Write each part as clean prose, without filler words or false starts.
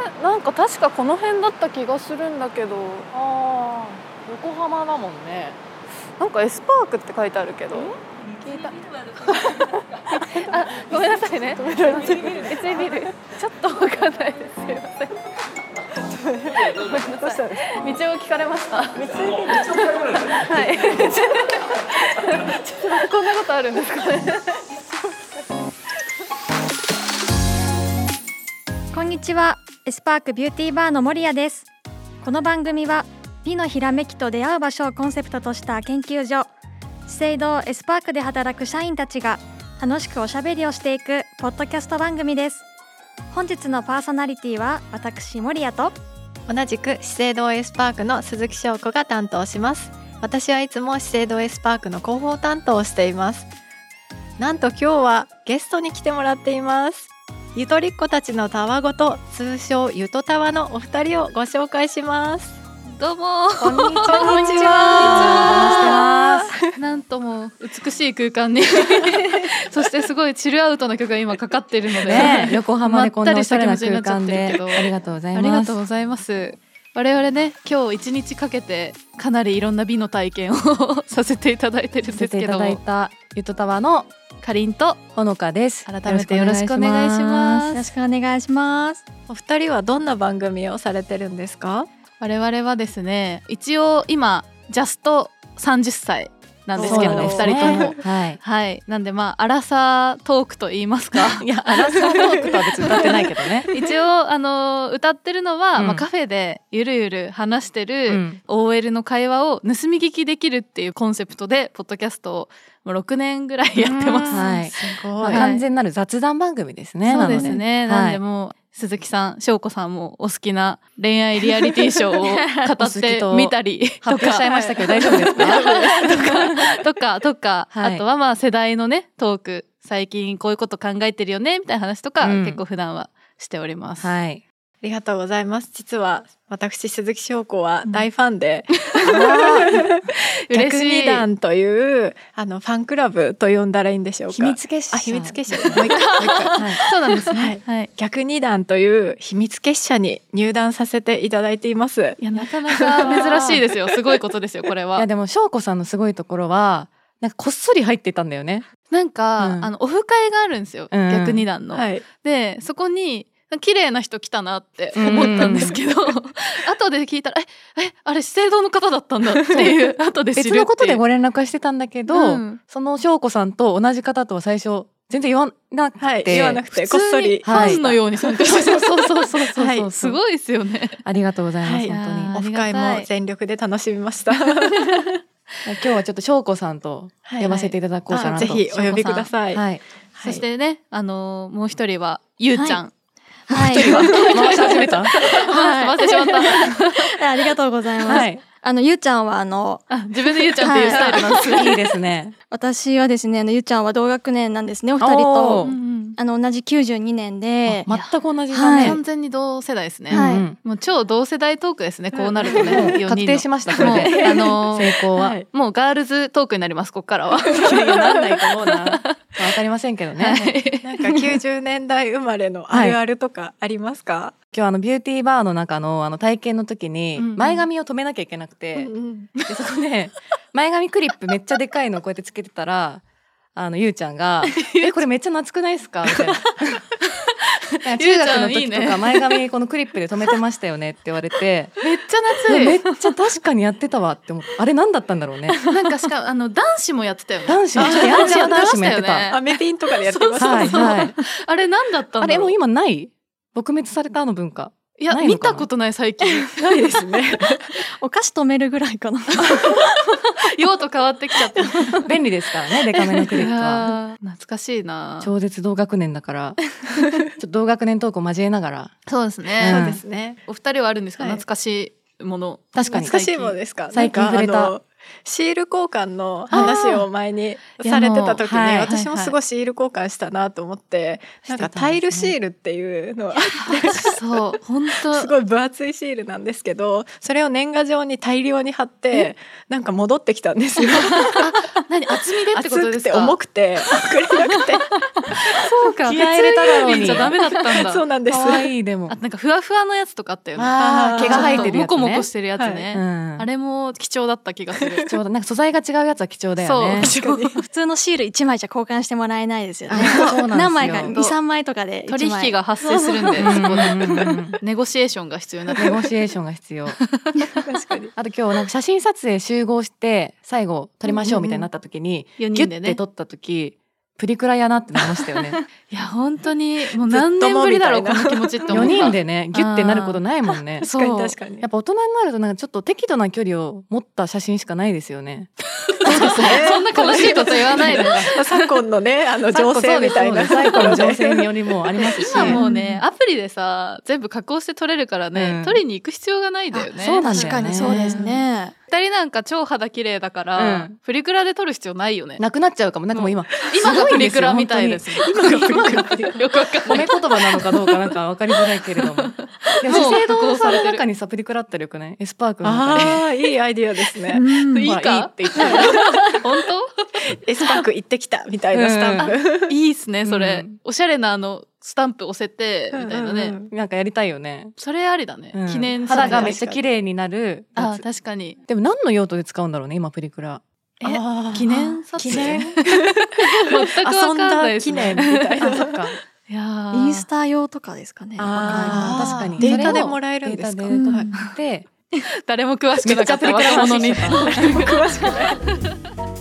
なんか確かこの辺だった気がするんだけど。 横浜だもんね。 なんかエスパークって書いてあるけど。聞いた。あ、ごめんなさいね。三井ビル。ちょっとわかんないです。すいません。ごめんなさい。道を聞かれました。はい。こんなことあるんですかね。 こんにちは。エスパークビューティーバーの守屋です。この番組は美のひらめきと出会う場所をコンセプトとした研究所資生堂エスパークで働く社員たちが楽しくおしゃべりをしていくポッドキャスト番組です。本日のパーソナリティは私守屋と同じく資生堂エスパークの鈴木翔子が担当します。私はいつも資生堂エスパークの広報担当をしています。なんと今日はゲストに来てもらっています。ゆとりっ子たちのたわごと、通称ゆとたわのお二人をご紹介します。 どうもこんにちは。 こんにちは。なんとも美しい空間にそしてすごいチルアウトな曲が今かかっているので、 ね、横浜でこんなおしゃれな空間でありがとうございます。 ありがとうございます。我々ね、今日一日かけてかなりいろんな美の体験をさせていただいてるんですけども、 させていただいたゆとたわのかりんとほのかです。 改めてよろしくお願いします。 よろしくお願いします。 お二人はどんな番組をされてるんですか？ 我々はですね、一応今ジャスト30歳なんですけどね、2人とも、 はいはい、なんでまあアラサートークと言いますかいやアラサートークとは別に歌ってないけどね一応歌ってるのは、 うんまあ、カフェでゆるゆる話してうるん OL の会話を盗み聞きできるっていうコンセプトでポッドキャストをもう6年ぐらいやってます。 はいすごい。 まあ完全なる雑談番組ですね。 そうですね。なんでももう鈴木さん、翔子さんもお好きな恋愛リアリティショーを語ってみたり発表しちゃいましたけど大丈夫ですかとか、 はいあとはまあ世代のねトーク、最近こういうこと考えてるよねみたいな話とか、 うん結構普段はしております。 はいありがとうございます。実は私鈴木翔子は大ファンで、 嬉しい。 逆二段というファンクラブと呼んだらいいんでしょうか。 秘密結社秘密結社。もう一回はいそうなんですね。はい。 逆二段という秘密結社に入団させていただいています。 いやなかなか珍しいですよ。すごいことですよこれは。 いやでも翔子さんのすごいところはなんかこっそり入ってたんだよね。 なんか、 うんオフ会があるんですよ、 うん逆二段の。 はい。 でそこに綺麗な人来たなって思ったんですけど、後で聞いたらあれ資生堂の方だったんだっていう後で知るっていう別のことでご連絡はしてたんだけど、 うんその翔子さんと同じ方とは最初全然言わなくて、 はい。言わなくてこっそ普通にり。 ファンのように参加してそうそうそうそうそうそう、 はいすごいですよね。 ありがとうございます、 はい本当に。 オフ会も全力で楽しみました。 今日はちょっと翔子さんと呼ばせていただこうかなと。 ぜひお呼びください。 はい。 そしてね、もう一人はゆうちゃん、 はい。 回し始めた。 忘れてしまったありがとうございます。 はい。 ゆうちゃんは自分でゆうちゃんっていうスタイルなんです。 いいですね。 私はですねゆうちゃんは同学年なんですね、お二人おとー。 同じ92年で、 全く同じだはいね。 完全に同世代ですね、 はいうんもう超同世代トークですね、こうなるとね、 もう 4人の確定しましたこれで。 もう成功は。 はいもうガールズトークになります、ここからは。 いやなんないと思うな。わかりませんけどね。 なんか90年代生まれのあるあるとかありますか？ 今日ビューティーバーの中の体験の時にうんうん前髪を止めなきゃいけなくて、でそこで前髪クリップめっちゃでかいのをこうやってつけてたらゆうちゃんがこれめっちゃ懐くないですかみたいな。中学の時とか前髪このクリップで止めてましたよねって言われてめっちゃ夏い。 めっちゃ確かにやってたわって思ってあれ何だったんだろうね。 なんかしかも男子もやってたよね。 男子ちょっとやんちゃな男子もやってた。 アメピンとかでやってます。 はいはい。 あれ何だったんだろう。 あれもう今ない？撲滅された文化。 いやないのかな見たことない最近。 ないですね。 お菓子止めるぐらいかな。 用途変わってきちゃった。 便利ですからねデカめのクリップは。 いやー懐かしいな。 超絶同学年だからちょっと同学年トークを交えながらそうですね、 うんそうですね。 お二人はあるんですか、 はい懐かしいもの。 確かに懐かしいものですか？ 最近触れたなんかシール交換の話を前にされてた時に、 はい私もすごいシール交換したなと思って、なんかタイルシールっていうのはそう本当すごい分厚いシールなんですけど、それを年賀状に大量に貼ってなんか戻ってきたんですよ。 何厚みでってことですか？ 厚くて重くて送れなくてそうか、 気合い入れただろうに普通郵便じゃダメだったんだ。 そうなんです。 可愛いでもあ、なんかふわふわのやつとかあったよね。 あー毛が生えてるやつねモコモコしてるやつね、 うんあれも貴重だった気がする。 貴重だ。なんか素材が違うやつは貴重だよね。 そう、 普通のシール1枚じゃ交換してもらえないですよね。 そうなんですよ何枚か2、3枚とかで1枚取引が発生するんで、 うんそこでうんうんうんネゴシエーションが必要になってネゴシエーションが必要。 確かに。 あと今日なんか写真撮影集合して最後撮りましょうみたいになった時に、 4 ギュ人でね。 ッて撮った時プリクラやなってなりましたよね。 いや本当にもう何年ぶりだろうこずっともみたいなの気持ちって思 4 った。 人でねギュッてなることないもんね。 そう確かに確かに。 やっぱ大人になるとなんかちょっと適度な距離を持った写真しかないですよね。 そんな悲しいこと言わないで。 昨今のね情勢みたいな最後の情勢によりもありますし。 今もうねアプリでさ全部加工して撮れるからね、 うん撮りに行く必要がないんだよね。 あそうなんだよね確かにそうですね。 二人なんか超肌綺麗だから、 うんプリクラで撮る必要ないよね。 なくなっちゃうかも。なんかもう今今がプリクラみたいです。今がプリクラ。よくわかんない。 褒め言葉なのかどうかなんか分かりづらいけれども。でも資生堂さんの中にさプリクラあったらよくない？エスパークの中に。 ああ、いいアイディアですね。 うんいいかほらいいって言ってる。 本エスパーク行ってきたみたいなスタンプ。 当？いいっすねそれ、 うんおしゃれなスタンプ押せてみたいなね、 うんうんなんかやりたいよね。 それありだね、 うん記念肌がめっ写真ちゃ綺麗になるやあつ。 確かにでも何の用途で使うんだろうね今プリクラ。 あー記念撮影記念全くわかんないです記ね念みたいな。 あそっか。 いやーインスタ用とかですかね。 あー確かに。 データでもらえるんですか？ データでうん撮って。 誰も詳しくなかった若者に詳しくない。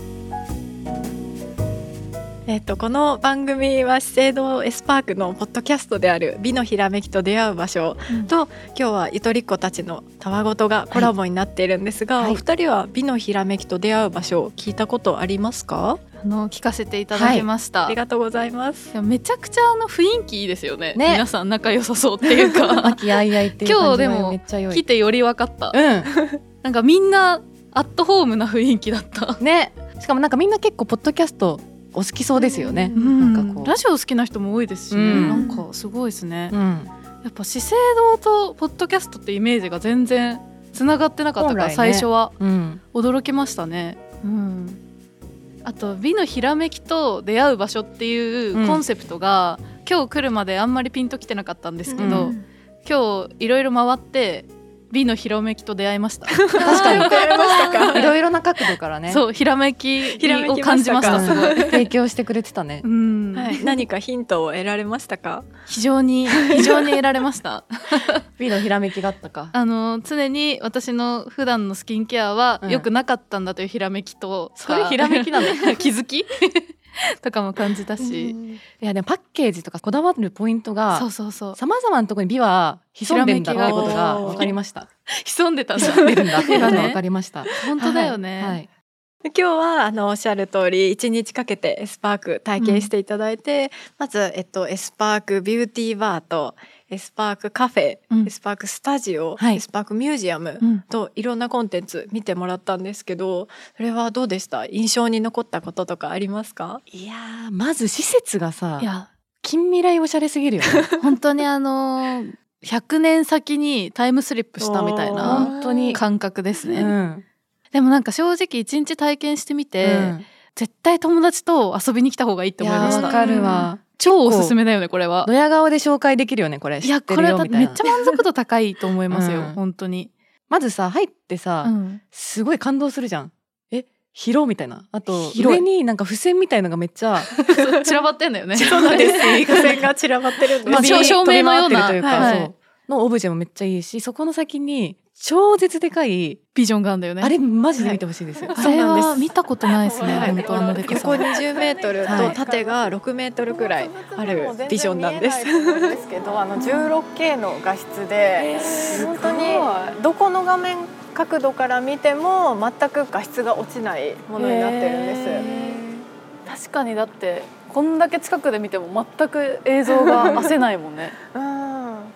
この番組は資生堂エスパークのポッドキャストである美のひらめきと出会う場所と、今日はゆとりっ子たちのたわごとがコラボになっているんですが、 はいお二人は美のひらめきと出会う場所を聞いたことありますか？ 聞かせていただきました、 ありがとうございます。 いやめちゃくちゃ雰囲気いいですよねね皆さん仲良さそうっていうか和気あいあいっていう感じが今日でもめっちゃ良い。 来てより分かった、 うなんかみんなアットホームな雰囲気だった。 ん。ね。しかもなんかみんな結構ポッドキャストお好きそうですよね。 うんなんかこう。 ラジオ好きな人も多いですしね、 うんなんかすごいですね、 うん。 やっぱ資生堂とポッドキャストってイメージが全然つながってなかったから、 本来ね最初はうん。 驚きましたね、うん、あと美のひらめきと出会う場所っていうコンセプトが、今日来るまであんまりピンときてなかったんですけど、 うん今日いろいろ回って美のひらめきと出会いました確かに。 わかりましたか？ いろいろな角度からね。 そうひらめきひらめきを感じましたましたかすごい、 提供してくれてたねう。んはい、何かヒントを得られましたか？ 非常に得られました美のひらめきがあったか。 常に私の普段のスキンケアはうん良くなかったんだというひらめきとそれひらめきなの？ 気づきとかも感じたし、 いやでもパッケージとかこだわるポイントがそうそうそうさまざまなところに美は潜んでんだってことが分かりました。 潜んでたんだ潜んでるんだっていうのがね分かりました。 本当だよね、 はい。 今日はおっしゃる通り1日かけてエスパーク体験していただいて、まず、エスパークビューティーバーとエスパークカフェ、 うんエスパークスタジオ、 はいエスパークミュージアムうんといろんなコンテンツ見てもらったんですけど、それはどうでした？印象に残ったこととかありますか？ いやーまず施設がさいや近未来おしゃれすぎるよね。 本当に100年先にタイムスリップしたみたいな本当に。 感覚ですね、 うんでもなんか正直一日体験してみて、 うん絶対友達と遊びに来た方がいいって思いました。 いやーわかるわ。 超おすすめだよねこれは。 ドヤ顔で紹介できるよねこれ。 いや知ってこれだってるよみたいな。 めっちゃ満足度高いと思いますよ、 うん本当に、 まずさ入ってさ、 うん、 すごい感動するじゃん。広みたいな。あと広い上になんか付箋みたいのがめっちゃそう散らばってんだよね。 そうなんです。付箋が散らばってるんです。 まあ飛び照明のような飛び回ってるというか、 はいそうのオブジェもめっちゃいいし、そこの先に超絶でかい、 ビジョンがあるんだよね。 あれマジで見てほしいですよ。 あれそうなんですは見たことないですね、 はい本当でか横さ。 20メートルと縦が6メートルくらいあるビジョンなんです。 ですけど16K の画質で、本当にどこの画面角度から見ても全く画質が落ちないものになってるんです。 確かにだってこんだけ近くで見ても全く映像が褪せないもんね。 うん、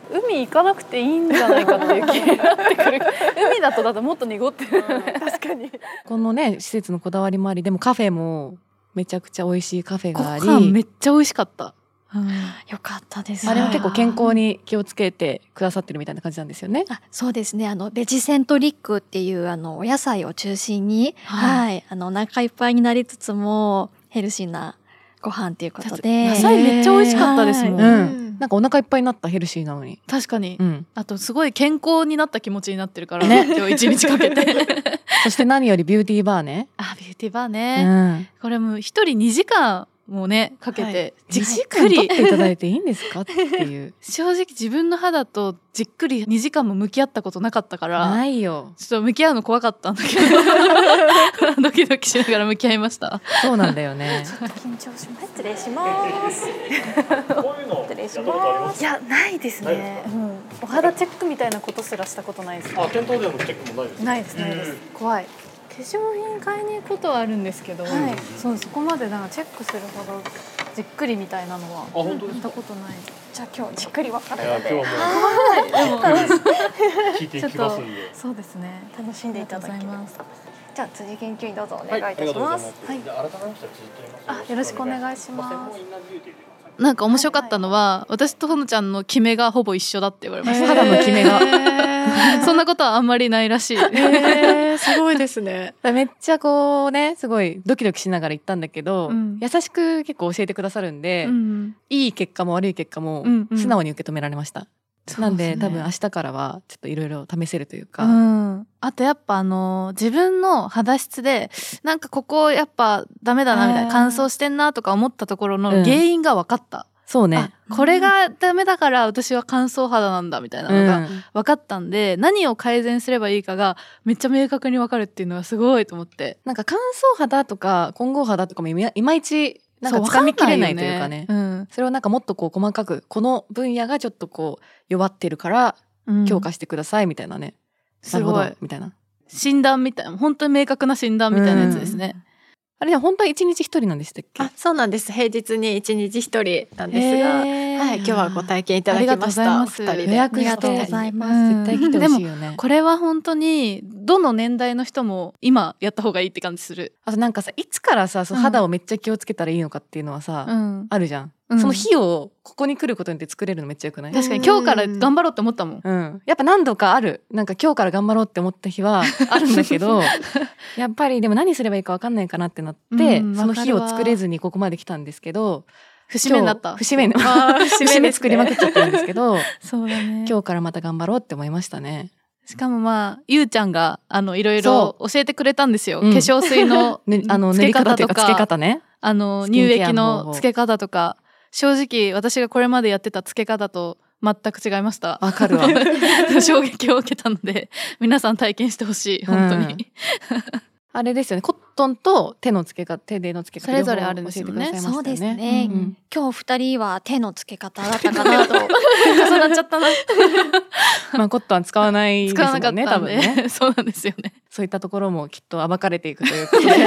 海行かなくていいんじゃないかっていう気になってくる海だとだってもっと濁ってる確かにこのね施設のこだわりもあり、でもカフェもめちゃくちゃ美味しいカフェがあり、 ご飯めっちゃ美味しかった、 よかったです。 あれは結構健康に気をつけてくださってるみたいな感じなんですよね。 そうですね。ベジセントリックっていうお野菜を中心に、はい、お腹いっぱいになりつつもヘルシーなご飯っていうことで、 野菜めっちゃ美味しかったですもん、 なんかお腹いっぱいになった、ヘルシーなのに。 確かに、 うん、 あとすごい健康になった気持ちになってるからね今日一日かけてそして何よりビューティーバーね。 ビューティーバーね、これも一人2時間もねかけてじっくり、 取っていただいていいんですかっていう正直自分の肌とじっくり2時間も向き合ったことなかったからないよ。 ちょっと向き合うの怖かったんだけどドキドキしながら向き合いました。 そうなんだよね緊張します。失礼しますこういうの失礼します。 いやないですね、お肌チェックみたいなことすらしたことないです。 店頭でのチェックもないです。 ないですないです、怖い。化粧品買いに行くことはあるんですけど、そこまでなんかチェックするほどじっくりみたいなのは本当ですか。 見たことない。 じゃあ今日じっくり分かるいやので今日も聞いていきますんで。 そうですね、 楽しんでいただきます。 す。 じゃあ辻研究員どうぞお願いいたします。 はい。改めまして辻と言います。 よろしくお願いします。 専門インナービューティーでなんか面白かったのは、私とほのちゃんのキメがほぼ一緒だって言われました。 肌のキメがそんなことはあんまりないらしい。 すごいですね。めっちゃこうね、すごいドキドキしながら行ったんだけど、優しく結構教えてくださるんで、いい結果も悪い結果も素直に受け止められました。なんで多分明日からはちょっといろいろ試せるというか、 あとやっぱ自分の肌質でなんかここやっぱダメだなみたいな、乾燥してんなとか思ったところの原因が分かった、 そうね、 これがダメだから私は乾燥肌なんだみたいなのが分かったんで、何を改善すればいいかがめっちゃ明確に分かるっていうのがすごいと思って。 なんか乾燥肌とか混合肌とかもいまいちなんか掴みきれないというかね、それをなんかもっとこう細かくこの分野がちょっとこう弱ってるから強化してくださいみたいなね、なるほどみたいな診断みたいな、本当に明確な診断みたいなやつですね。 あれ本当は一日一人なんでしたっけ？ そうなんです。平日に一日一人なんですが、今日はご体験いただきました。二人で予約してありがとうございます。 絶対来てほしいよね。 これは本当にどの年代の人も今やった方がいいって感じする。 あとなんかさ、いつからさ、肌をめっちゃ気をつけたらいいのかっていうのはさ、あるじゃん。その日をここに来ることによって作れるのめっちゃよくない？ 確かに今日から頑張ろうって思ったもん。 やっぱ何度かある。なんか今日から頑張ろうって思った日はあるんだけどやっぱりでも何すればいいか分かんないかなってなって、その日を作れずにここまで来たんですけど、 節目になった。 節目作りまくっちゃったんですけどそうだね、 今日からまた頑張ろうって思いましたね。 しかもゆうちゃんがいろいろ教えてくれたんですよ。化粧水の塗り方とかつけ方ね、 乳液のつけ方とか。正直私がこれまでやってたつけ方と全く違いました。 わかるわ衝撃を受けたので皆さん体験してほしい本当に、 あれですよね、コットンと手のつけ方、手でのつけ方それぞれあるんですよね。 そうですね、今日二人は手のつけ方だったかなと重なっちゃったなまあコットンは使わないですもんね、 使わなかったんで、 多分ねそうなんですよね。 そういったところもきっと暴かれていくということで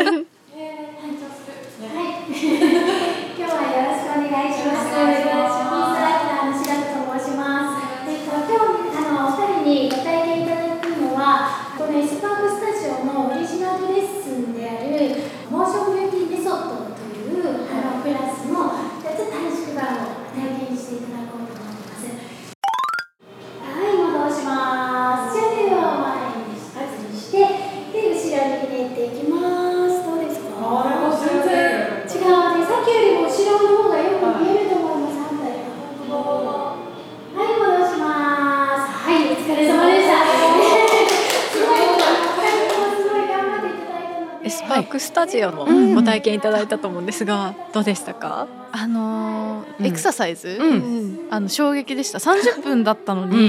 エスパークスタジオもご体験いただいたと思うんですが、どうでしたか？ エクササイズ、衝撃でした。30分だったのに、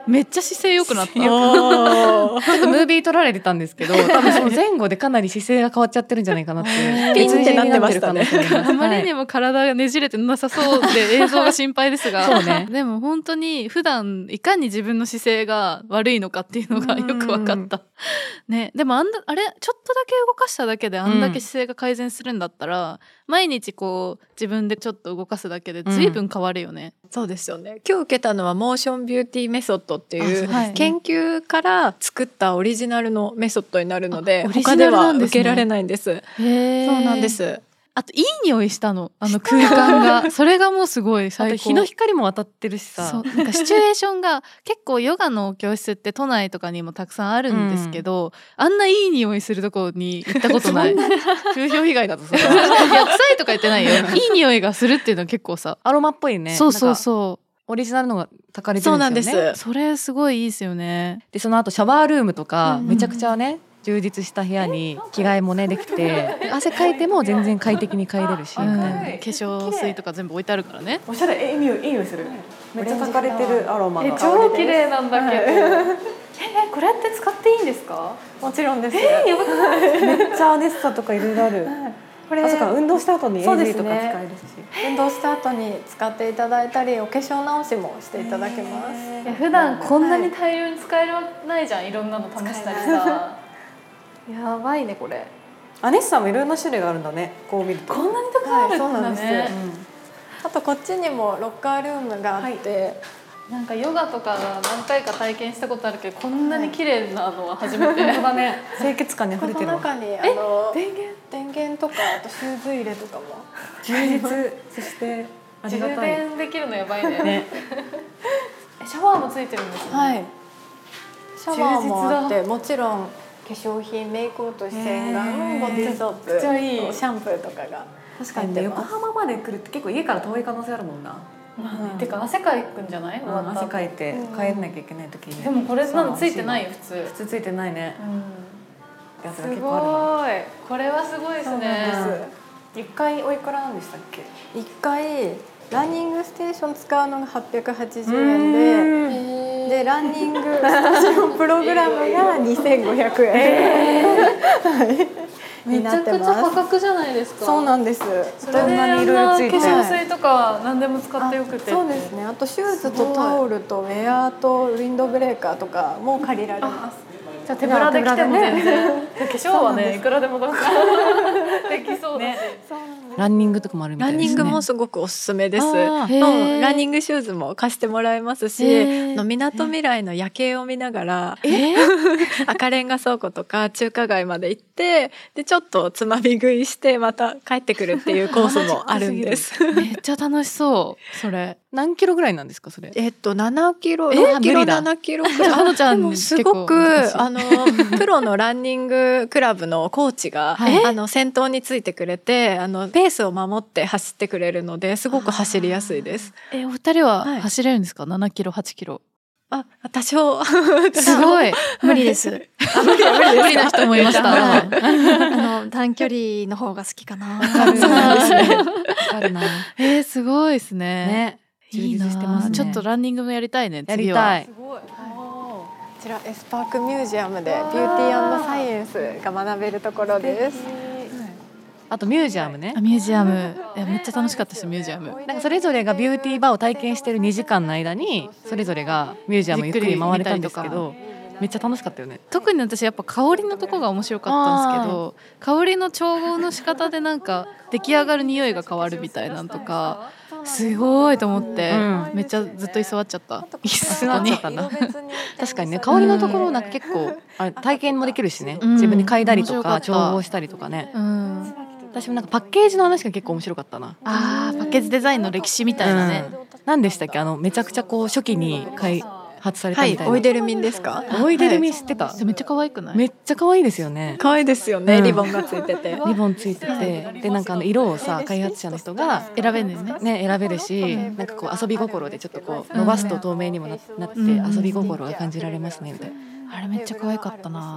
めっちゃ姿勢良くなった。 ちょっとムービー撮られてたんですけど、多分その前後でかなり姿勢が変わっちゃってるんじゃないかなってピンってなってましたね。 あまりにも体がねじれてなさそうで映像が心配ですがそうね。 でも本当に普段いかに自分の姿勢が悪いのかっていうのがよく分かったね。でもあれちょっとだけ動かしただけであんだけ姿勢が改善するんだったら、毎日こう自分でちょっと動かすだけで随分変わるよね。 そうですよね。今日受けたのはモーションビューティーメソッドっていうはい研究から作ったオリジナルのメソッドになるので、 オリジ他ではナルなんですね受けられないんです。 へーそうなんです。 あといい匂いしたの、あの空間がそれがもうすごいあと最高。 日の光も当たってるしさ。 そうなんかシチュエーションが結構ヨガの教室って都内とかにもたくさんあるんですけど、あんないい匂いするとこに行ったことない。 風評被害だとさ。 いや臭いとか言ってないよ。いい匂いがするっていうのは結構さ、 アロマっぽいね。 そうそうなんかそオリジナルのが炊かれてるそうんですよね。 なんです。 う。それすごいいいですよね。 でその後シャワールームとか、 うんめちゃくちゃね充実した部屋に着替えもねできて、で汗かいても全然快適に帰れるし、みたいな。 化粧水とか全部置いてあるからね。 おしゃれ、いい匂いする。めっちゃ書かれてるアロマが。 超綺麗なんだけど。これって使っていいんですか？ もちろんです。 めっちゃアネッサとかいろいろある。 これあ、そうか、運動した後にそうで AG とすねか使えるし。 運動した後に使っていただいたり、お化粧直しもしていただけます。 いや普段こんなに大量に使えないじゃん。いろんなの試したりさ。やばいねこれ。 アネッサもいろんな種類があるんだね。こう見ると。 こんなにたくさんあるんだね。 そうなんですあとこっちにもロッカールームがあって、 なんかヨガとか何回か体験したことあるけど、こんなに綺麗なのは初めて。 本当だね。清潔感に溢このれてるわ。 中に電源とかあとシューズ入れとかも充実、そしてあり充がたい。 電できるのやばいね。 ね。 シャワーもついてるんですね。 はいシャワーもあってもちろん化粧品メイク落とし洗顔ボディーソープめっちゃいいシャンプーとかが確かにね、横浜まで来るって結構家から遠い可能性あるもんな。 まあね、てか汗かいくんじゃない？終わった後汗かいて帰んなきゃいけない時に。 でもこれなのついてないよ普通。 普通ついてないね。やつがす結構あるな。 ごい。これはすごいですね。 一回おいくらなんでしたっけ？ 一回ランニングステーション使うのが880円でランニングステーションプログラムが2500円、 めちゃくちゃ破格じゃないですか。 そうなんです。 それであんな化粧水とか何でも使ってよくて。 そうですね。あとシューズとタオルとウェアとウィンドブレーカーとかも借りられます。 じゃあ手ぶらで来ても全然。化粧はねいくらでもできそうだし。 ランニングとかもあるみたいですね。 ランニングもすごくおすすめです。 あのランニングシューズも貸してもらえますし、みなとみらいの夜景を見ながら赤レンガ倉庫とか中華街まで行って、でちょっとつまみ食いしてまた帰ってくるっていうコースもあるんです。 めっちゃ楽しそうそれ。 何キロぐらいなんですかそれ？ 7キロ、6キロ、7キロくらい。 ほのちゃんでもすごくプロのランニングクラブのコーチが先頭についてくれて、ペースを守って走ってくれるのですごく走りやすいです。 お二人は走れるんですか？7キロ8キロ。 多少すごい無理です無理な人もいました短距離の方が好きかな。 そうなんですね。わかるな。 すごいですね。 ね。 いいな。 充実してますね。 ちょっとランニングもやりたいね。 やりたい。 こちらエスパークミュージアムでビューティー&サイエンスが学べるところです。 あとミュージアムね。 ミュージアムめっちゃ楽しかったです。ミュージアムなんかそれぞれがビューティーバーを体験してる2時間の間にそれぞれがミュージアムゆっくり回れたんですけど、めっちゃ楽しかったよね。 特に私やっぱ香りのとこが面白かったんですけど、香りの調合の仕方でなんか出来上がる匂いが変わるみたいなんとかすごいと思って、めっちゃずっと居座っちゃった。 居座っちゃったんだ。確かにね、香りのところなんか結構体験もできるしね、自分で嗅いだりとか調合したりとかね。私もなんかパッケージの話が結構面白かったな。 パッケージデザインの歴史みたいなね。 何でしたっけ、めちゃくちゃこう初期に開発されたみたいな。 オイデルミンですか？ オイデルミン知ってた？ めっちゃ可愛くない？ めっちゃ可愛いですよね。 可愛いですよね。リボンがついてて。 リボンついてて、でなんか色をさ開発者の人が選べるんですね。 選べるし、なんかこう遊び心でちょっとこう伸ばすと透明にもなって遊び心が感じられますねみたいな。 あれめっちゃ可愛かったな。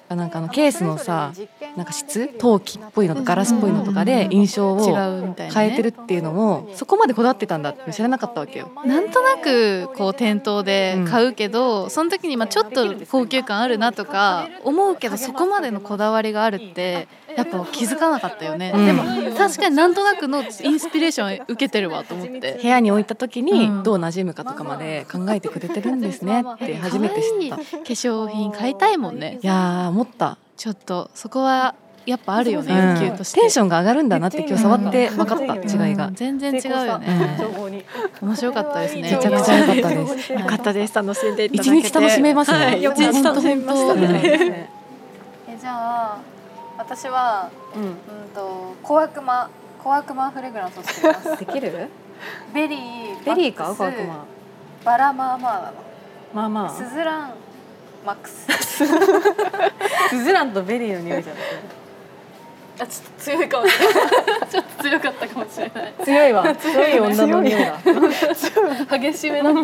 なんかケースのさ、なんか質、陶器っぽいのとガラスっぽいのとかで印象を違うみたいなね変えてるっていうのもそこまでこだわってたんだって知らなかったわけよ。 なんとなくこう店頭で買うけど、その時にちょっと高級感あるなとか思うけど、そこまでのこだわりがあるってやっぱ気づかなかったよね、でも確かになんとなくのインスピレーション受けてるわと思って、 部屋に置いた時にどう馴染むかとかまで考えてくれてるんですねって初めて知った。 化粧品買いたいもんね。 いやー思った。 ちょっとそこはやっぱあるよね、欲求としてテンションが上がるんだなって今日触って分かった違いが、 全然違うよね、面白かったですね。 めちゃくちゃ良かったです。 よかったです。楽しんでいただけて一日楽しめますね。 一日楽しめましたね。 じゃあ私は小悪魔フレグランスをしています。 できる？ ベリーか小悪魔。 バラまあまあなの。 まあまあ。 スズランマックス。 スズランとベリーの匂いじゃん。 あ、ちょっと強いかもしれない。ちょっと強かったかもしれない。 強いわ。強い女の匂いだ。 激しめだった。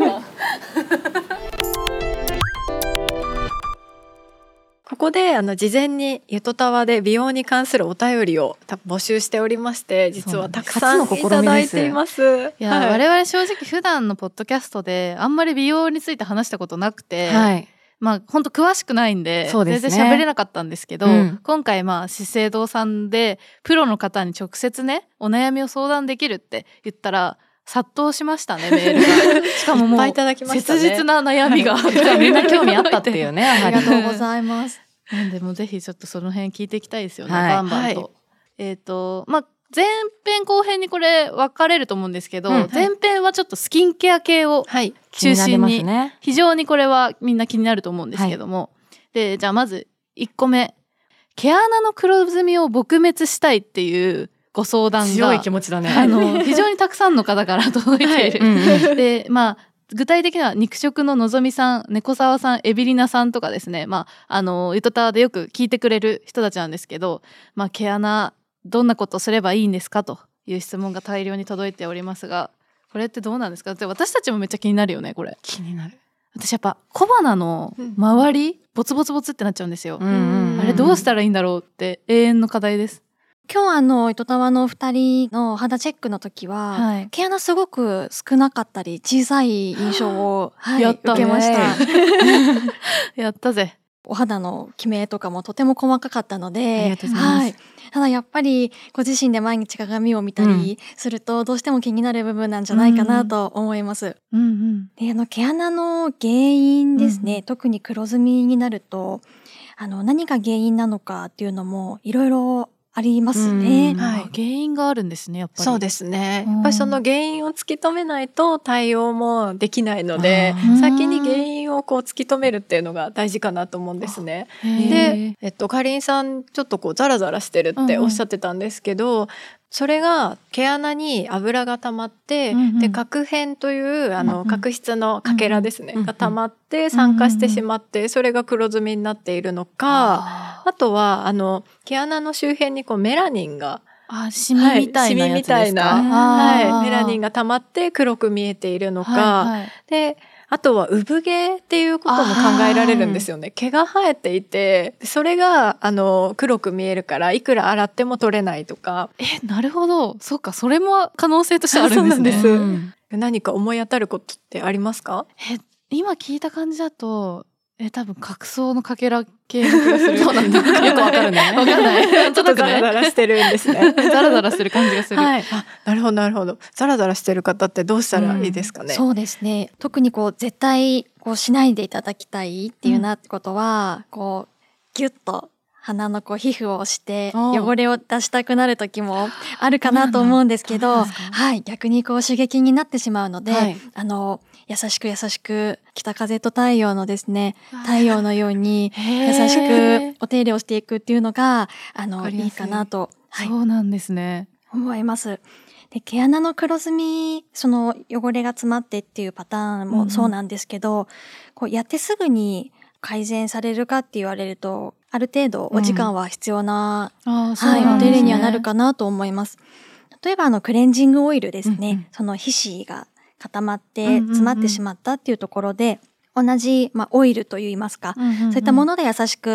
ここで事前にゆとたわで美容に関するお便りを募集しておりまして、実はたくさんいただいています。 いや、我々正直普段のポッドキャストであんまり美容について話したことなくて、本当詳しくないんで、全然喋れなかったんですけど、今回資生堂さんでプロの方に直接ねお悩みを相談できるって言ったら殺到しましたね、メールが。しかももう切実な悩みがみんな興味あったっていうね。 ありがとうございます。 なんでもぜひちょっとその辺聞いていきたいですよね、バンバンと。前編後編にこれ分かれると思うんですけど、前編はちょっとスキンケア系を中心に、非常にこれはみんな気になると思うんですけども、でじゃあまず1個目、毛穴の黒ずみを撲滅したいっていうご相談が強い気持ちだね。 非常にたくさんの方から届いている。で具体的には肉食ののぞみさん、猫沢さん、エビリナさんとかですね、ゆとたわでよく聞いてくれる人たちなんですけど、毛穴どんなことすればいいんですかという質問が大量に届いておりますが、これってどうなんですか？私たちもめっちゃ気になるよね、これ。 気になる。 私やっぱ小鼻の周り、ボツボツボツってなっちゃうんですよ。あれどうしたらいいんだろうって永遠の課題です。 今日ゆとたわの2人の肌チェックの時は、毛穴すごく少なかったり小さい印象を、受けました。 やったぜ。 お肌のキメとかもとても細かかったので、ただやっぱりご自身で毎日鏡を見たりするとどうしても気になる部分なんじゃないかなと思います。で毛穴の原因ですね、特に黒ずみになると何が原因なのかっていうのもいろいろありますね。 原因があるんですね、やっぱり。 そうですね。やっぱりその原因を突き止めないと対応もできないので、先に原因を突き止めるっていうのが大事かなと思うんですね。で、かりんさんちょっとザラザラしてるっておっしゃってたんですけど、それが毛穴に油が溜まって、で角片という角質のかけらですね、が溜まって酸化してしまって、それが黒ずみになっているのか、あとは毛穴の周辺にメラニンがシミみたいなやつですか？ シミみたいな、メラニンが溜まって黒く見えているのか、であとは産毛っていうことも考えられるんですよね。毛が生えていて、それが黒く見えるからいくら洗っても取れないとか。 なるほど。そうか、それも可能性としてあるんですね。 そうなんです。何か思い当たることってありますか？ 今聞いた感じだと多分角層のかけら系の気がする。そうなんだ。よくわかるね。わかんない。 ちょっとザラザラしてるんですね。 ザラザラしてる感じがする。 なるほどなるほど。ザラザラしてる方ってどうしたらいいですかね？ そうですね。特に絶対しないでいただきたいっていうことは、ギュッと鼻の皮膚を押して汚れを出したくなる時もあるかなと思うんですけど、逆に刺激になってしまうので、優しく北風と太陽のですね、太陽のように優しくお手入れをしていくっていうのがいいかなと、 そうなんですね、 思います。で毛穴の黒ずみ、その汚れが詰まってっていうパターンもそうなんですけど、やってすぐに改善されるかって言われるとある程度お時間は必要な、お手入れにはなるかなと思います。例えばクレンジングオイルですね、その皮脂が固まって詰まってしまったっていうところで、同じ、オイルといいますか、そういったもので優しく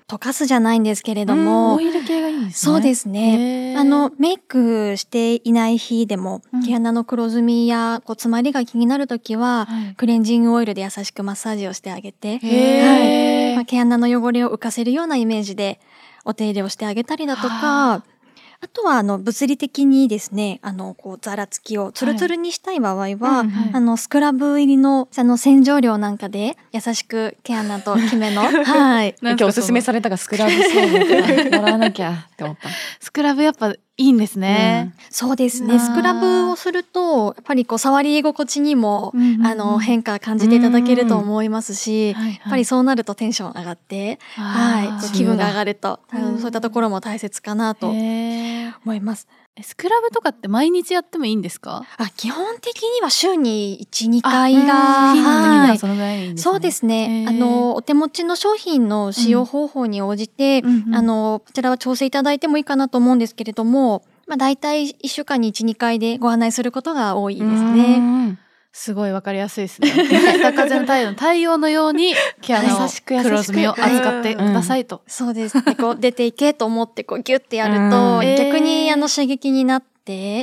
溶かすじゃないんですけれども、 オイル系がいいんですね。 そうですね。メイクしていない日でも、毛穴の黒ずみや詰まりが気になるときは、クレンジングオイルで優しくマッサージをしてあげて、毛穴の汚れを浮かせるようなイメージでお手入れをしてあげたりだとか、あとは物理的にですね、ざらつきをツルツルにしたい場合は、スクラブ入りの洗浄料なんかで優しく毛穴とキメの今日おすすめされたがスクラブそうもらわなきゃって思った。 スクラブやっぱいいんですね。 そうですね。スクラブをするとやっぱり触り心地にも変化感じていただけると思いますし、やっぱりそうなるとテンション上がって気分が上がると、そういったところも大切かなと思います。 スクラブとかって毎日やってもいいんですか？ 基本的には週に 1,2 回がそのぐらいいいんですね。 そうですね。お手持ちの商品の使用方法に応じて、こちらは調整いただいてもいいかなと思うんですけれども、だいたい1週間に 1,2 回でご案内することが多いですね。 すごいわかりやすいですね。高瀬の太陽の太陽のように毛穴を黒ずみを扱ってくださいと。 そうですね。出ていけと思ってギュッてやると、逆に刺激になって、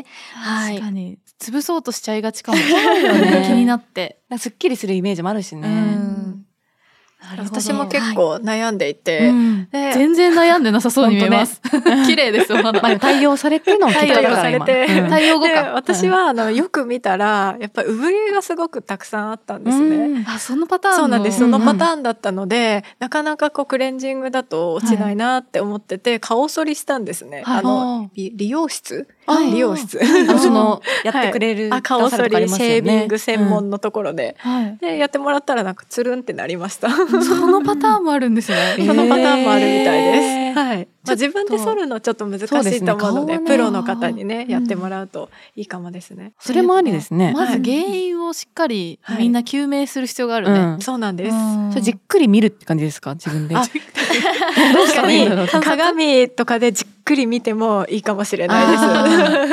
確かに潰そうとしちゃいがちかもしれない。気になってすっきりするイメージもあるしね。 私も結構悩んでいて、 全然悩んでなさそうに見えます。綺麗ですよ。まだ対応されての対応されて、 対応後か。 私はよく見たらやっぱり産毛がすごくたくさんあったんですね。 そのパターン。 そうなんです。そのパターンだったので、なかなかクレンジングだと落ちないなって思ってて、顔剃りしたんですね。理容室やってくれる顔剃りシェービング専門のところで、でやってもらったらつるんってなりました。 そのパターンもあるんですね。 そのパターンもあるみたいです。はい。自分で剃るのちょっと難しいと思うので、プロの方にねやってもらうといいかもですね。 それもありですね。 まず原因をしっかりみんな究明する必要があるね。 そうなんです。 それじっくり見るって感じですか、自分で。 確かに鏡とかでじっくり見てもいいかもしれないです。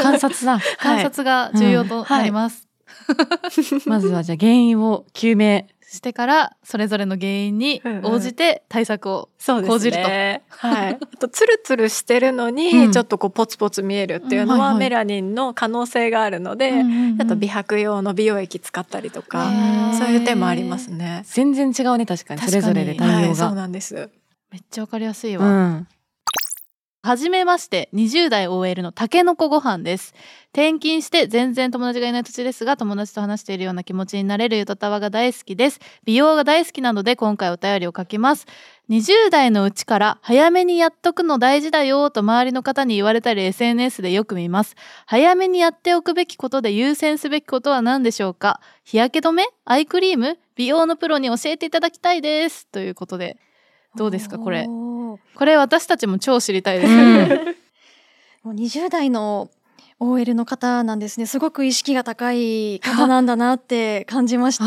観察だ。 観察が重要となります。 まずはじゃあ原因を究明してからそれぞれの原因に応じて対策を講じると。 あとツルツルしてるのにちょっとポツポツ見えるっていうのはメラニンの可能性があるので、あと美白用の美容液使ったりとか、そういう手もありますね。 全然違うね、確かにそれぞれで対応が。 そうなんです。 めっちゃわかりやすいわ。はじめまして、20代 OL のたけのこご飯です。転勤して全然友達がいない土地ですが、友達と話しているような気持ちになれるゆとたわが大好きです。美容が大好きなので今回お便りを書きます。20代のうちから早めにやっとくの大事だよと周りの方に言われたり SNS でよく見ます。早めにやっておくべきことで優先すべきことは何でしょうか？日焼け止め？アイクリーム？美容のプロに教えていただきたいです。ということで、どうですかこれ。これ私たちも超知りたいです。 もう20代の OL の方なんですね。すごく意識が高い方なんだなって感じました。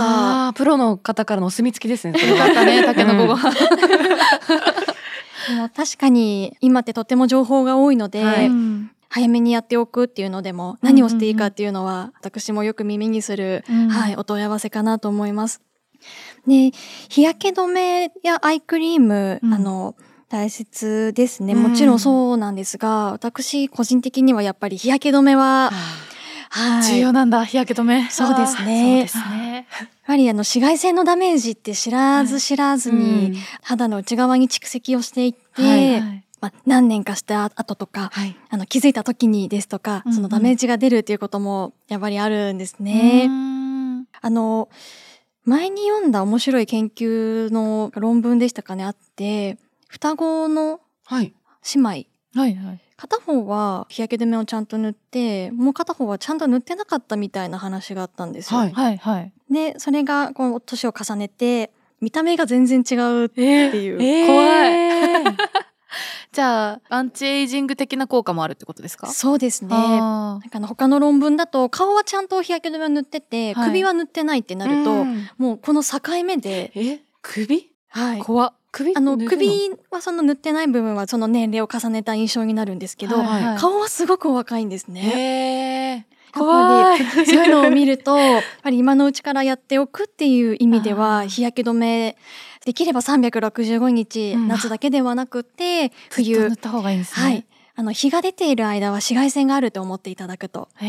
プロの方からのお墨付きですね。 よかったね、たけのこご飯。 でも確かに今ってとても情報が多いので、早めにやっておくっていうのでも何をしていいかっていうのは私もよく耳にする、お問い合わせかなと思います。で、日焼け止めやアイクリーム、大切ですね。もちろんそうなんですが、私個人的にはやっぱり日焼け止めは、 重要なんだ、日焼け止め。 そうですね。やはり紫外線のダメージって知らず知らずに肌の内側に蓄積をしていって、何年かした後とか、気づいた時にですとか、そのダメージが出るということもやっぱりあるんですね。前に読んだ面白い研究の論文でしたかね、あって、双子の姉妹、片方は日焼け止めをちゃんと塗って、もう片方はちゃんと塗ってなかったみたいな話があったんですよ。で、それが年を重ねて見た目が全然違うっていう、 怖い。じゃあアンチエイジング的な効果もあるってことですか？ そうですね。他の論文だと顔はちゃんと日焼け止めを塗ってて、首は塗ってないってなると、もうこの境目で首？怖っ。 首はその塗ってない部分はその年齢を重ねた印象になるんですけど、顔はすごくお若いんですね。 ぱりそういうのを見るとやっぱり今のうちからやっておくっていう意味では日焼け止めできれば365日、夏だけではなくて冬ずっと塗った方がいいんですね。 はい、日が出ている間は紫外線があると思っていただくと、はい、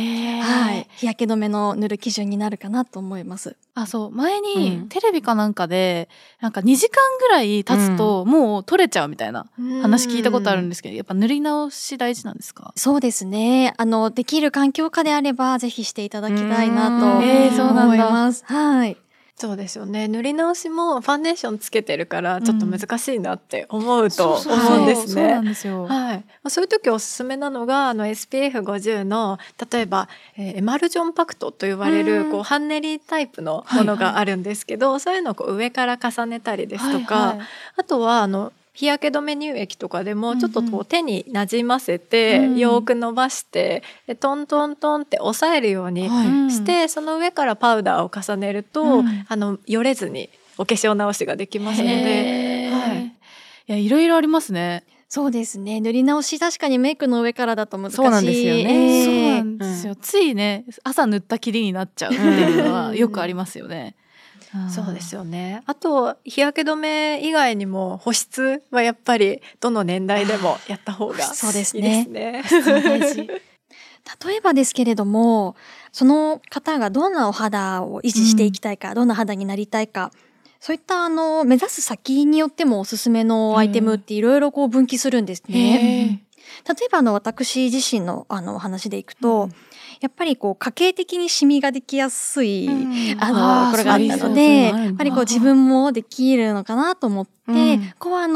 日焼け止めの塗る基準になるかなと思います。 あ、そう前にテレビかなんかでなんか2時間ぐらい経つともう取れちゃうみたいな話聞いたことあるんですけど、やっぱ塗り直し大事なんですか？ そうですね、できる環境下であればぜひしていただきたいなとそうなんだ思います。はい、 そうですよね。塗り直しもファンデーションつけてるからちょっと難しいなって思うと思うんですね。 そうなんですよ。 はい。そういう時おすすめなのがSPF50 の例えば、エマルジョンパクトと言われるこう半練りタイプのものがあるんですけど、そういうのをこう上から重ねたりですとか、あとは日焼け止め乳液とかでもちょっとこう手になじませて、よく伸ばしてでトントントンって押さえるようにして、その上からパウダーを重ねると、よれずにお化粧直しができますので、 いやいろいろありますね。 そうですね、塗り直し確かにメイクの上からだと難しい。 そうなんですよね、 そうなんですよ、ついね朝塗ったきりになっちゃうっていうのはよくありますよね。 そうですよね。あと日焼け止め以外にも保湿はやっぱりどの年代でもやった方がいいですね。 そうですね。例えばですけれども、その方がどんなお肌を維持していきたいか、どんな肌になりたいか、そういった目指す先によってもおすすめのアイテムっていろいろこう分岐するんですね。例えば私自身のお話でいくと、やっぱりこう家計的にシミができやすい、ところがあったので、やっぱりこう自分もできるのかなと思って、ここは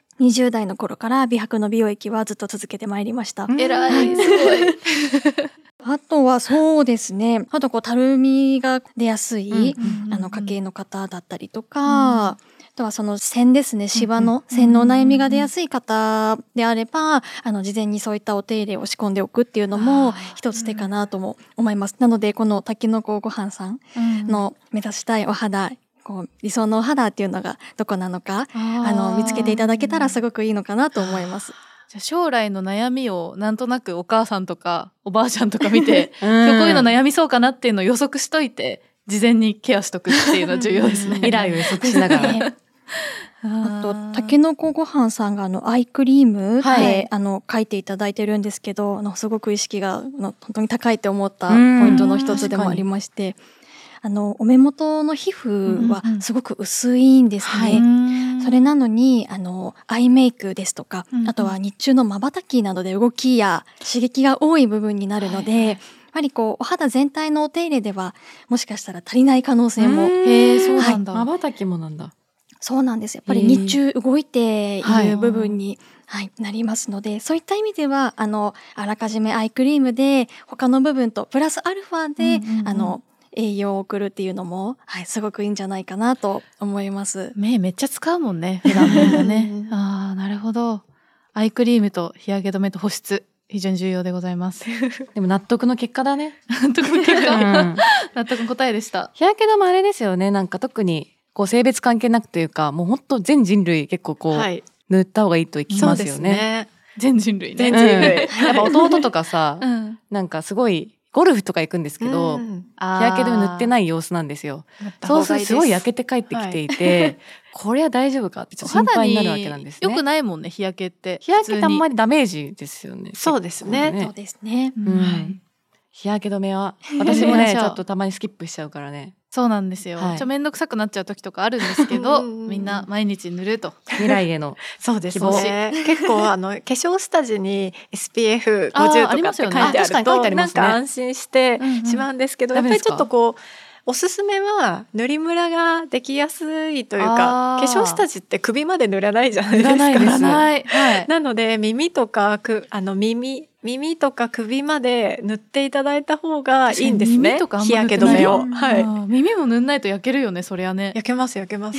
20代の頃から美白の美容液はずっと続けてまいりました。 偉い、すごい。 あとはそうですね、あとこうたるみが出やすい、家計の方だったりとか、あとはその線ですね、シワの線のお悩みが出やすい方であれば、事前にそういったお手入れを仕込んでおくっていうのも一つ手かなとも思います。なのでこのたけのこごはんさんの目指したいお肌、こう理想のお肌っていうのがどこなのか見つけていただけたらすごくいいのかなと思います。 じゃあ将来の悩みをなんとなくお母さんとかおばあちゃんとか見て今日こういうの悩みそうかなっていうのを予測しといて事前にケアしとくっていうのは重要ですね。 未来を予測しながらあとたけのこごはんさんがアイクリームで、書いていただいてるんですけど、すごく意識が本当に高いって思ったポイントの一つでもありまして、お目元の皮膚はすごく薄いんですね。それなのにアイメイクですとか、あとは日中の瞬きなどで動きや刺激が多い部分になるので、やはりこうお肌全体のお手入れではもしかしたら足りない可能性も。 そうなんだ。 瞬きもなんだ。 そうなんです。やっぱり日中動いている部分に、なりますので、そういった意味ではあらかじめアイクリームで他の部分とプラスアルファで、栄養を送るっていうのも、すごくいいんじゃないかなと思います。 目めっちゃ使うもんね、普段みんなね。なるほど。アイクリームと日焼け止めと保湿非常に重要でございます。 でも納得の結果だね。 納得の結果、納得の答えでした。 日焼け止めあれですよね、なんか特にこう性別関係なくというか、もう本当全人類結構こう、塗った方がいいと聞きますよね。 全人類ね。 全人類。 やっぱ弟とかさ、なんかすごいゴルフとか行くんですけど、日焼け止め塗ってない様子なんですよ。そうするとすごい焼けて帰ってきていて、これは大丈夫かってちょっと心配になるわけなんですね。 よくないもんね、日焼けって。 日焼けってあんまりダメージですよね。 そうですね。 そうですね。 日焼け止めは私もねちょっとたまにスキップしちゃうからね。 そうなんですよ。めんどくさくなっちゃう時とかあるんですけど、みんな毎日塗ると未来へのそうですね。結構化粧下地に SPF50 とかって書いてあるとなんか安心してしまうんですけど、やっぱりちょっとこうおすすめは塗りムラができやすいというか、化粧下地って首まで塗らないじゃないですか。 塗らない。 なので耳とか耳とか首まで塗っていただいた方がいいんですね。日焼け止めを。 耳も塗んないと焼けるよね、そりゃね。 焼けます焼けます。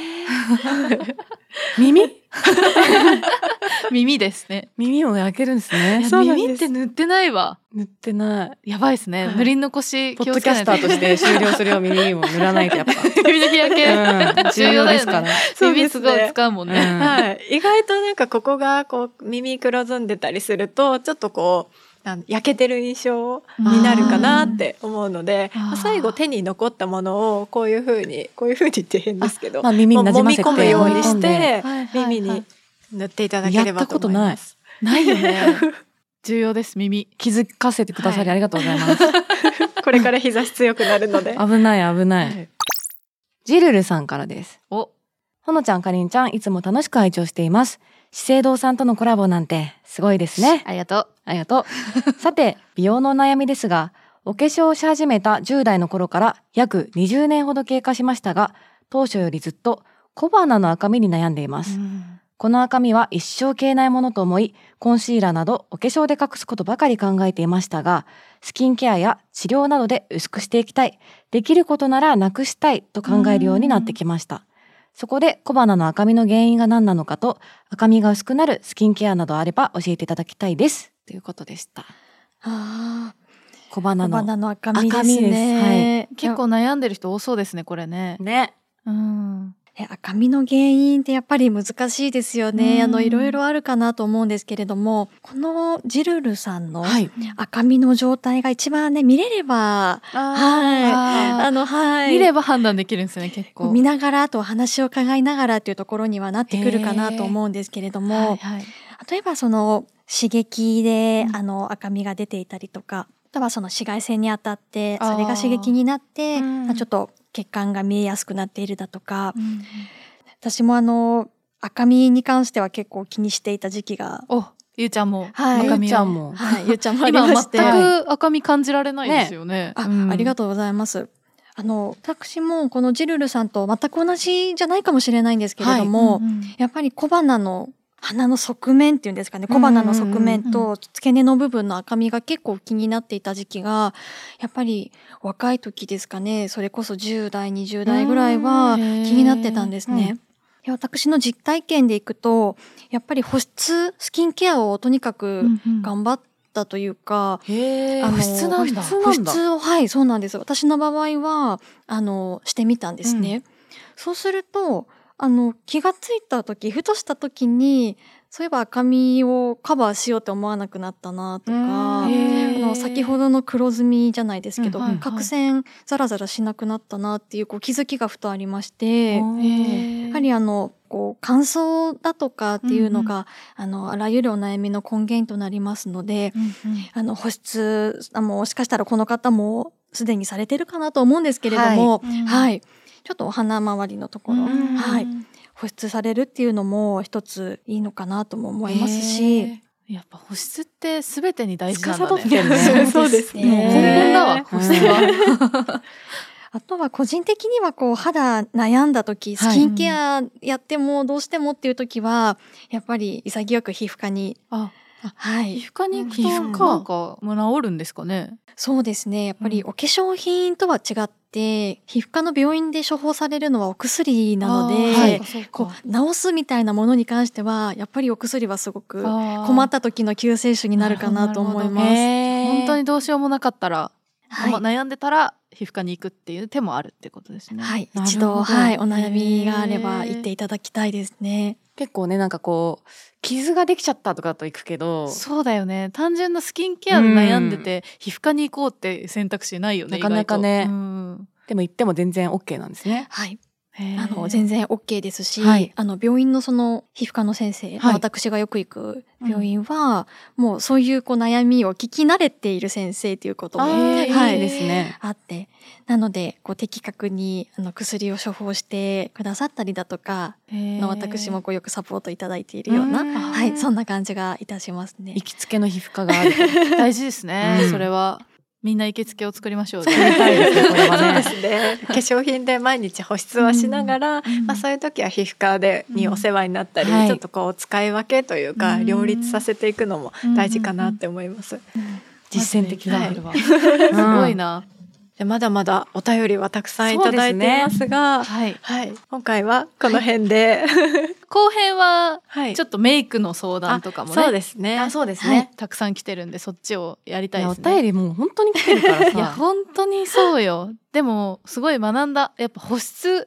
耳ですね。 耳も焼けるんですね。 耳って塗ってないわ。 塗ってない。 やばいですね。塗り残しポッドキャスターとして終了するよ。耳も塗らないとやっぱ。 耳の日焼け重要ですから。 耳すごい使うもんね。 意外となんかここがこう耳黒ずんでたりするとちょっとこう焼けてる印象になるかなって思うので、最後手に残ったものをこういう風に言って変ですけど、 耳になじませて揉み込むようにしてはいはいはい耳に塗っていただければと思います。 ないよね。重要です。耳気づかせてくださりありがとうございます。 これから日差し強くなるので。 危ない危ない。ジルルさんからです。 お、 ほのちゃん、かりんちゃん、いつも楽しく拝聴しています。資生堂さんとのコラボなんてすごいですね。 ありがとう。 ありがとう。さて、美容のお悩みですが、お化粧をし始めた10代の頃から約20年ほど経過しましたが、当初よりずっと小鼻の赤みに悩んでいます。この赤みは一生消えないものと思い、コンシーラーなどお化粧で隠すことばかり考えていましたが、スキンケアや治療などで薄くしていきたい、できることならなくしたいと考えるようになってきました。そこで小鼻の赤みの原因が何なのかと、赤みが薄くなるスキンケアなどあれば教えていただきたいですということでした。小鼻の赤みですね。 はい、 結構悩んでる人多そうですね、これね。 ね。 赤みの原因ってやっぱり難しいですよね。いろいろあるかなと思うんですけれども、このジルルさんの赤みの状態が一番ね、見れれば、 見れば判断できるんですね、結構。 見ながら、あと話を伺いながらっていうところにはなってくるかなと思うんですけれども、例えばその刺激で、赤みが出ていたりとか、あとはその紫外線に当たって、それが刺激になって、ちょっと血管が見えやすくなっているだとか、私も赤みに関しては結構気にしていた時期が。 ゆうちゃんも、 赤みはもゆうちゃんもありまして、 今全く赤み感じられないですよね。 ありがとうございます。私もこのジルルさんと全く同じじゃないかもしれないんですけれども、やっぱり小鼻の鼻の側面っていうんですかね、小鼻の側面と付け根の部分の赤みが結構気になっていた時期が、やっぱり若い時ですかね、それこそ10代20代ぐらいは気になってたんですね。私の実体験でいくと、やっぱり保湿スキンケアをとにかく頑張ったというか、 保湿なんだ。 保湿を、はい、そうなんです。私の場合はしてみたんですね。そうすると気がついた時、ふとした時に、そういえば赤みをカバーしようって思わなくなったなとか、先ほどの黒ずみじゃないですけど、角栓ザラザラしなくなったなっていう気づきがふとありまして、やはり乾燥だとかっていうのが、あらゆるお悩みの根源となりますので、保湿もしかしたらこの方もすでにされてるかなと思うんですけれども、ちょっとお鼻周りのところ、保湿されるっていうのも一ついいのかなとも思いますし、 やっぱ保湿って全てに大事なんだね。 そうですね。 根本だわ、保湿は。 あとは個人的には肌悩んだ時、スキンケアやってもどうしてもっていう時は、やっぱり潔く皮膚科に。 皮膚科に行くとなんか治るんですかね。 そうですね。やっぱりお化粧品とは違って皮膚科の病院で処方されるのはお薬なので、治すみたいなものに関してはやっぱりお薬はすごく困った時の救世主になるかなと思います。 本当にどうしようもなかったら、悩んでたら皮膚科に行くっていう手もあるってことですね。 一度お悩みがあれば行っていただきたいですね。 結構ね、傷ができちゃったとかだと行くけど、 そうだよね。単純なスキンケアで悩んでて、皮膚科に行こうって選択肢ないよね。 なかなかね。でも行っても全然 OK なんですね。 全然 OK ですし、病院のその皮膚科の先生、私がよく行く病院は、もうそういう悩みを聞き慣れている先生ということもですね。 あって、なので的確に薬を処方してくださったりだとか、私もよくサポートいただいているような、そんな感じがいたしますね。 行きつけの皮膚科がある大事ですね。それは。みんな行きつけを作りましょう。 そうですね。化粧品で毎日保湿はしながら、そういう時は皮膚科にお世話になったり、ちょっと使い分けというか、両立させていくのも大事かなって思います。 実践的だ。 すごいな。 まだまだお便りはたくさんいただいていますが、今回はこの辺で、 後編はちょっとメイクの相談とかもね、 そうですね、 たくさん来てるんで、そっちをやりたいですね。 お便りもう本当に来てるからさ。 いや本当にそうよ。でもすごい学んだ。やっぱ保湿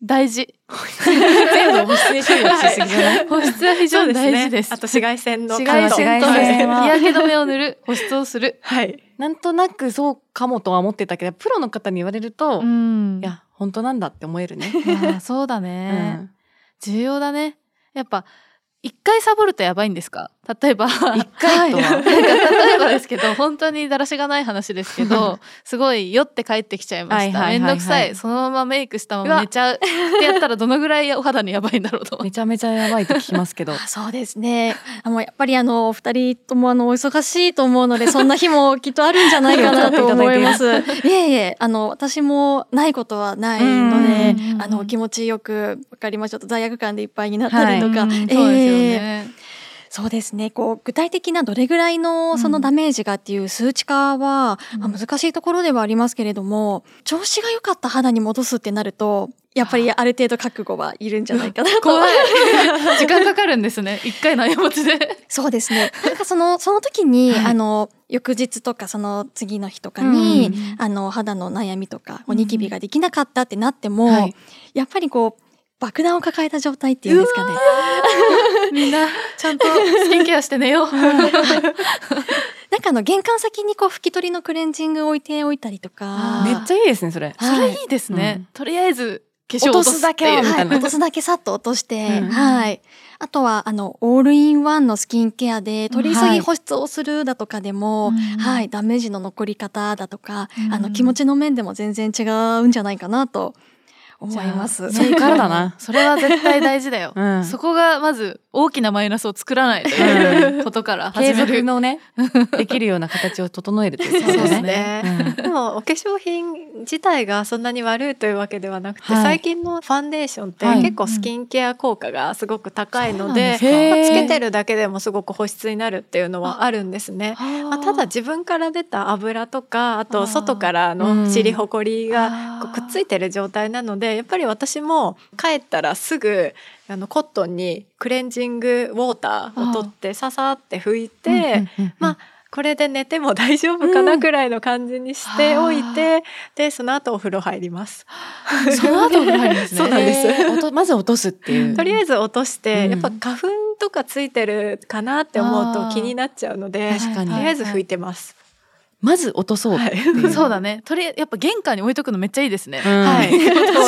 大事。 全部保湿に注力しすぎじゃない？ 保湿は非常に大事です。 あと紫外線の紫外線と紫外線は日焼け止めを塗る、保湿をする。 はいなんとなくそうかもとは思ってたけど、プロの方に言われると、 んいや本当なんだって思えるね。 まあそうだね、重要だね。やっぱ一回サボるとやばいんですか？例えば一回とは、 なんか例えばですけど本当にだらしがない話ですけどすごい酔って帰ってきちゃいました、 はいはいはいはいめんどくさい、そのままメイクしたまま寝ちゃうってやったらどのぐらいお肌にやばいんだろうと。 めちゃめちゃやばいと聞きますけど。 そうですね。もうやっぱりお二人ともお忙しいと思うので、そんな日もきっとあるんじゃないかなと思います。いえいえ、私もないことはないので、気持ちよくわかります。ちょっと罪悪感でいっぱいになったりとか、 そうですよね、 そうですね。具体的などれぐらいのそのダメージがっていう数値化は、難しいところではありますけれども、調子が良かった肌に戻すってなると、やっぱりある程度覚悟はいるんじゃないかなと。 怖い時間かかるんですね、一回の過ちで。 そうですね。なんかその時に、翌日とかその次の日とかに、肌の悩みとかニキビができなかったってなっても、やっぱり爆弾を抱えた状態っていうんですかね。 みんなちゃんとスキンケアして寝よう。 なんか玄関先に拭き取りのクレンジングを置いておいたりとか。 めっちゃいいですねそれ。 それいいですね、とりあえず化粧落とすだけみたいな、 落とすだけさっと落として、あとはオールインワンのスキンケアで取り急ぎ保湿をするだとかでも、ダメージの残り方だとか、気持ちの面でも全然違うんじゃないかなと思います。 それからだな。 それは絶対大事だよ、そこがまず大きなマイナスを作らないということから始める。 継続のねできるような形を整えるということですね。 でもお化粧品自体がそんなに悪いというわけではなくて、最近のファンデーションって結構スキンケア効果がすごく高いので、つけてるだけでもすごく保湿になるっていうのはあるんですね。ただ自分から出た油とか、あと外からの尻ほこりがくっついてる状態なので、やっぱり私も帰ったらすぐコットンにクレンジングウォーターを取ってささって拭いて、これで寝ても大丈夫かなくらいの感じにしておいて、でその後お風呂入ります。 その後お風呂入るんですね。 そうなんです。 まず落とすっていう。 とりあえず落として、やっぱ花粉とかついてるかなって思うと気になっちゃうので、とりあえず拭いてます。 まず落とそうっていう。 そうだね。やっぱ玄関に置いとくのめっちゃいいですね。 はい。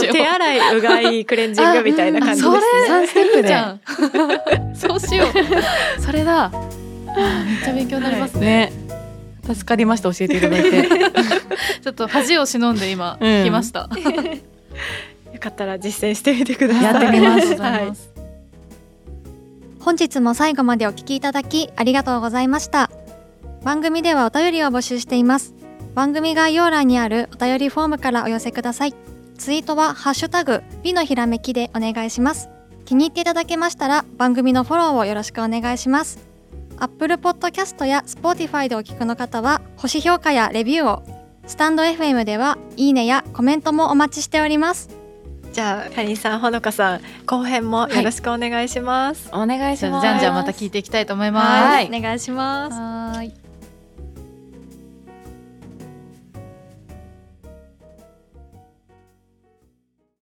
手洗い、うがい、クレンジングみたいな感じですね。 3ステップじゃん。そうしよう。それだ。めっちゃ勉強になりますね。 助かりました、教えていただいて。 ちょっと恥を忍んで今聞きました。 よかったら実践してみてください。 やってみます。 本日も最後までお聞きいただきありがとうございました。番組ではお便りを募集しています。番組概要欄にあるお便りフォームからお寄せください。ツイートはハッシュタグ美のひらめきでお願いします。気に入っていただけましたら番組のフォローをよろしくお願いします。Apple Podcast や Spotify でお聞きの方は星評価やレビューを、スタンド FM ではいいねやコメントもお待ちしております。 じゃあかりんさん、ほのかさん、後編もよろしくお願いします。 お願いします。 じゃんじゃんまた聞いていきたいと思います。 お願いします。 はい。